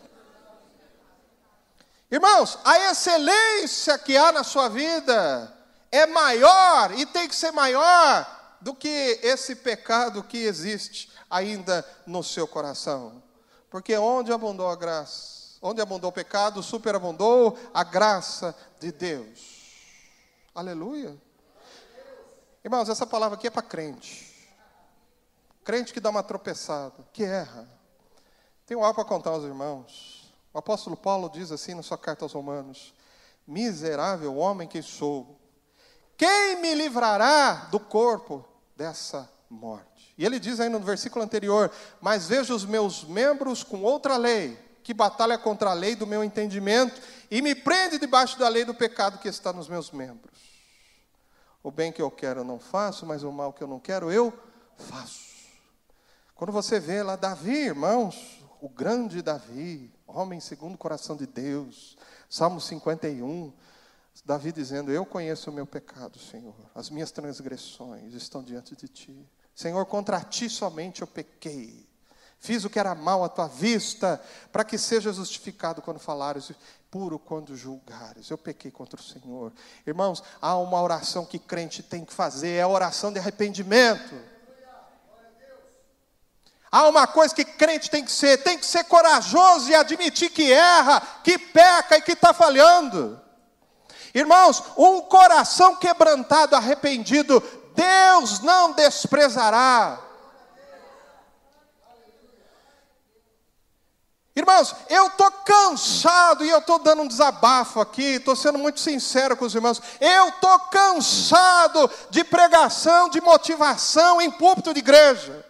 Irmãos, a excelência que há na sua vida é maior, e tem que ser maior, do que esse pecado que existe ainda no seu coração. Porque onde abundou a graça, onde abundou o pecado, superabundou a graça de Deus. Aleluia. Irmãos, essa palavra aqui é para crente. Crente que dá uma tropeçada, que erra. Tem algo para contar aos irmãos. O apóstolo Paulo diz assim na sua carta aos Romanos: miserável homem que sou, quem me livrará do corpo dessa morte? E ele diz ainda no versículo anterior, mas vejo os meus membros com outra lei, que batalha contra a lei do meu entendimento, e me prende debaixo da lei do pecado que está nos meus membros. O bem que eu quero eu não faço, mas o mal que eu não quero eu faço. Quando você vê lá Davi, irmãos, o grande Davi, homem segundo o coração de Deus, Salmo cinquenta e um, Davi dizendo, eu conheço o meu pecado, Senhor, as minhas transgressões estão diante de Ti. Senhor, contra Ti somente eu pequei. Fiz o que era mal à Tua vista, para que seja justificado quando falares. puro quando julgares. Eu pequei contra o Senhor. Irmãos, há uma oração que crente tem que fazer, é a oração de arrependimento. Há uma coisa que crente tem que ser, tem que ser corajoso e admitir que erra, que peca e que está falhando. Irmãos, um coração quebrantado, arrependido, Deus não desprezará. Irmãos, eu estou cansado, e eu estou dando um desabafo aqui, estou sendo muito sincero com os irmãos, eu estou cansado de pregação, de motivação em púlpito de igreja.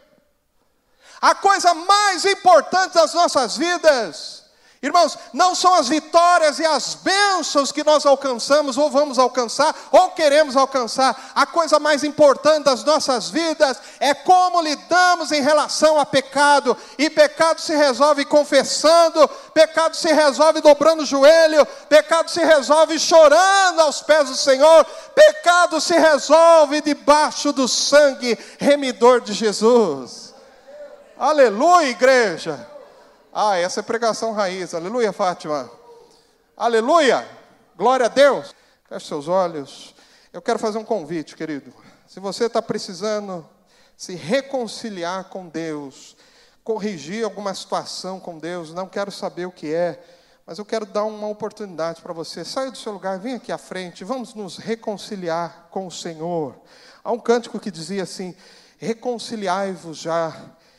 A coisa mais importante das nossas vidas, irmãos, não são as vitórias e as bênçãos que nós alcançamos, ou vamos alcançar, ou queremos alcançar. A coisa mais importante das nossas vidas é como lidamos em relação a pecado. E pecado se resolve confessando, pecado se resolve dobrando o joelho, pecado se resolve chorando aos pés do Senhor, pecado se resolve debaixo do sangue remidor de Jesus. Aleluia, igreja. Ah, essa é pregação raiz. Aleluia, Fátima. Aleluia. Glória a Deus. Feche seus olhos. Eu quero fazer um convite, querido. Se você está precisando se reconciliar com Deus, corrigir alguma situação com Deus, não quero saber o que é, mas eu quero dar uma oportunidade para você. Saia do seu lugar, vem aqui à frente, vamos nos reconciliar com o Senhor. Há um cântico que dizia assim: reconciliai-vos já.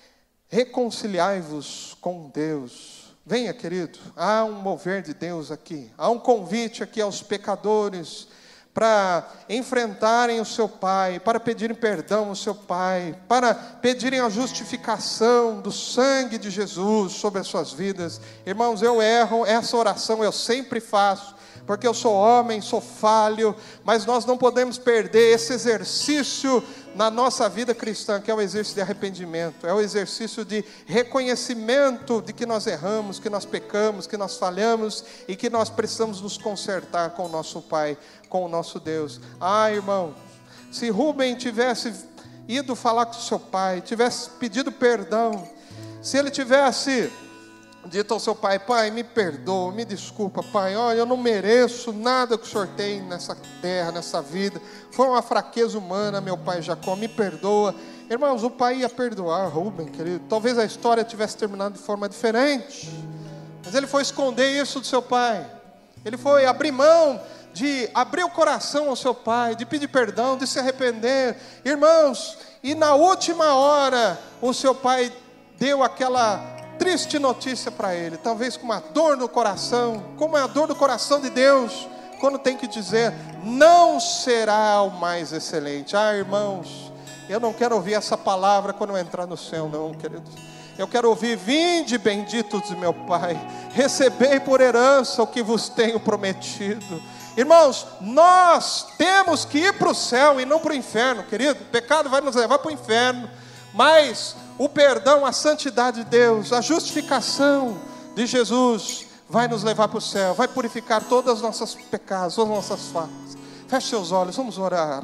Reconciliai-vos com Deus. Venha, querido, há um mover de Deus aqui. Há um convite aqui aos pecadores para enfrentarem o seu Pai, para pedirem perdão ao seu Pai, para pedirem a justificação do sangue de Jesus sobre as suas vidas. Irmãos, eu erro, essa oração eu sempre faço, porque eu sou homem, sou falho, mas nós não podemos perder esse exercício na nossa vida cristã, que é o exercício de arrependimento, é o exercício de reconhecimento de que nós erramos, que nós pecamos, que nós falhamos e que nós precisamos nos consertar com o nosso Pai, com o nosso Deus. Ah, irmão, se Rubem tivesse ido falar com o seu pai, tivesse pedido perdão, se ele tivesse dito ao seu pai: pai, me perdoa, me desculpa, pai, olha, eu não mereço nada que o Senhor tem nessa terra, nessa vida, foi uma fraqueza humana, meu pai Jacó, me perdoa. Irmãos, o pai ia perdoar Rubem, querido. Talvez a história tivesse terminado de forma diferente, mas ele foi esconder isso do seu pai, ele foi abrir mão de abrir o coração ao seu pai, de pedir perdão, de se arrepender. Irmãos, e na última hora, o seu pai deu aquela triste notícia para ele, talvez com uma dor no coração, como é a dor do coração de Deus, quando tem que dizer: não será o mais excelente. Ah, irmãos, eu não quero ouvir essa palavra quando eu entrar no céu, não, queridos. Eu quero ouvir: vinde, benditos de meu Pai, recebei por herança o que vos tenho prometido. Irmãos, nós temos que ir para o céu e não para o inferno, querido. O pecado vai nos levar para o inferno, mas o perdão, a santidade de Deus, a justificação de Jesus vai nos levar para o céu, vai purificar todos os nossos pecados, todas as nossas faltas. Feche seus olhos, vamos orar.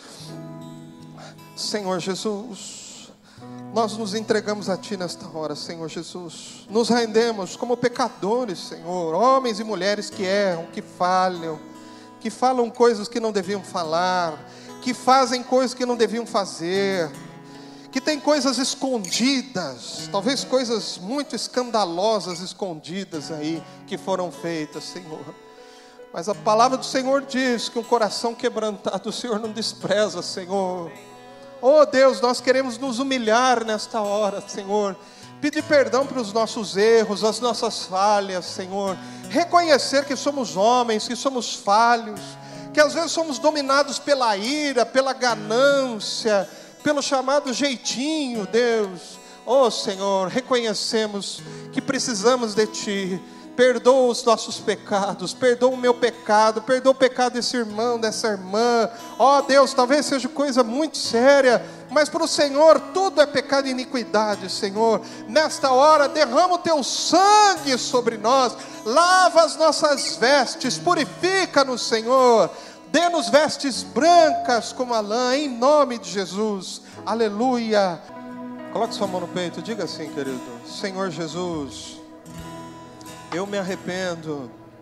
Senhor Jesus, nós nos entregamos a Ti nesta hora, Senhor Jesus. Nos rendemos como pecadores, Senhor, homens e mulheres que erram, que falham, que falam coisas que não deviam falar, que fazem coisas que não deviam fazer, que tem coisas escondidas, talvez coisas muito escandalosas escondidas aí, que foram feitas, Senhor. Mas a palavra do Senhor diz que um coração quebrantado o Senhor não despreza, Senhor. Oh Deus, nós queremos nos humilhar nesta hora, Senhor, pedir perdão pelos nossos erros, as nossas falhas, Senhor, reconhecer que somos homens, que somos falhos, que às vezes somos dominados pela ira, pela ganância, pelo chamado jeitinho, Deus. Oh Senhor, reconhecemos que precisamos de Ti. Perdoa os nossos pecados, perdoa o meu pecado, perdoa o pecado desse irmão, dessa irmã. Ó Deus, talvez seja coisa muito séria, mas para o Senhor tudo é pecado e iniquidade, Senhor. Nesta hora derrama o Teu sangue sobre nós, lava as nossas vestes, purifica-nos, Senhor. Dê-nos vestes brancas como a lã, em nome de Jesus. Aleluia. Coloque sua mão no peito, diga assim, querido: Senhor Jesus, eu me arrependo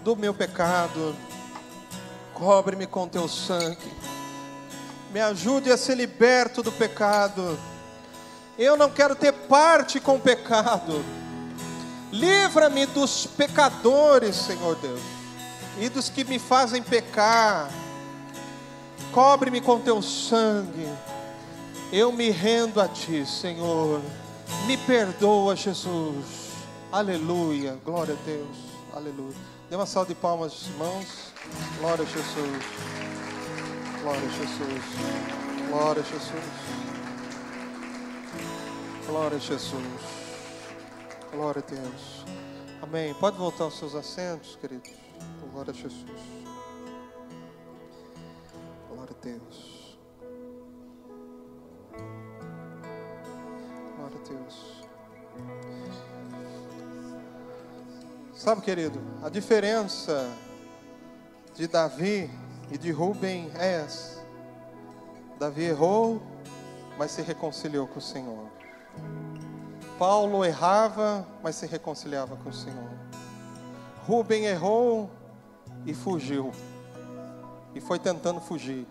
do meu pecado. Cobre-me com teu sangue. Me ajude a ser liberto do pecado. Eu não quero ter parte com o pecado. Livra-me dos pecadores, Senhor Deus, e dos que me fazem pecar. Cobre-me com teu sangue. Eu me rendo a ti, Senhor. Me perdoa, Jesus. Aleluia. Glória a Deus. Aleluia. Dê uma salva de palmas, irmãos. Glória a Jesus. Glória a Jesus. Glória a Jesus. Glória a Jesus. Glória a Deus. Amém. Pode voltar aos seus assentos, queridos. Glória a Jesus. Glória a Deus. Glória a Deus. Sabe, querido, a diferença de Davi e de Rubem é essa. Davi errou, mas se reconciliou com o Senhor. Paulo errava, mas se reconciliava com o Senhor. Rubem errou e fugiu. E foi tentando fugir.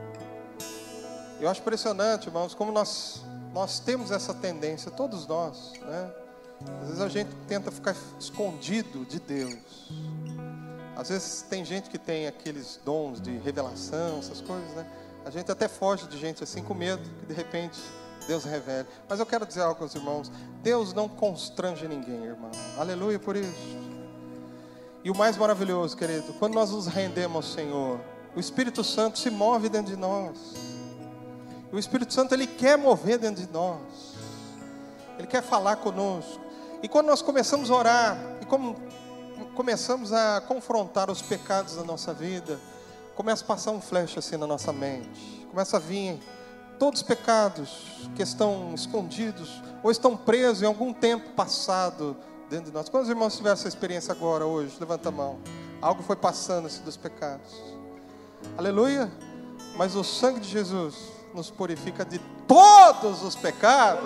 Eu acho impressionante, irmãos, como nós, nós temos essa tendência, todos nós, né? Às vezes a gente tenta ficar escondido de Deus. Às vezes tem gente que tem aqueles dons de revelação, essas coisas, né? A gente até foge de gente assim com medo que de repente Deus revele. Mas eu quero dizer algo aos irmãos. Deus não constrange ninguém, irmão. Aleluia por isso. E o mais maravilhoso, querido, quando nós nos rendemos ao Senhor, o Espírito Santo se move dentro de nós. O Espírito Santo, Ele quer mover dentro de nós. Ele quer falar conosco. E quando nós começamos a orar, e como começamos a confrontar os pecados da nossa vida, começa a passar um flash assim na nossa mente. Começa a vir todos os pecados que estão escondidos, ou estão presos em algum tempo passado dentro de nós. Quantos irmãos tiveram essa experiência agora, hoje? Levanta a mão. Algo foi passando-se dos pecados. Aleluia. Mas o sangue de Jesus nos purifica de todos os pecados.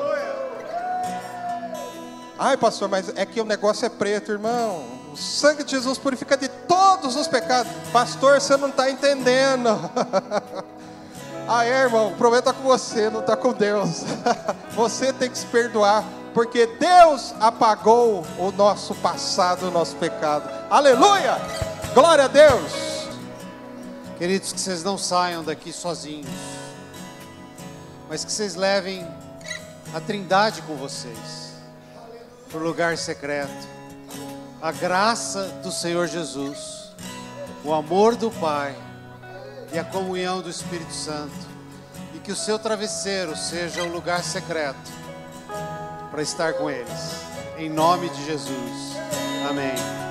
Ai, pastor, mas é que o negócio é preto, irmão. O sangue de Jesus purifica de todos os pecados. Pastor, você não está entendendo. Ah, é, irmão, o problema está com você, não está com Deus. Você tem que se perdoar, porque Deus apagou o nosso passado, o nosso pecado. Aleluia! Glória a Deus! Queridos, que vocês não saiam daqui sozinhos, mas que vocês levem a Trindade com vocês, para o lugar secreto. A graça do Senhor Jesus, o amor do Pai e a comunhão do Espírito Santo, e que o seu travesseiro seja o lugar secreto para estar com eles, em nome de Jesus, amém.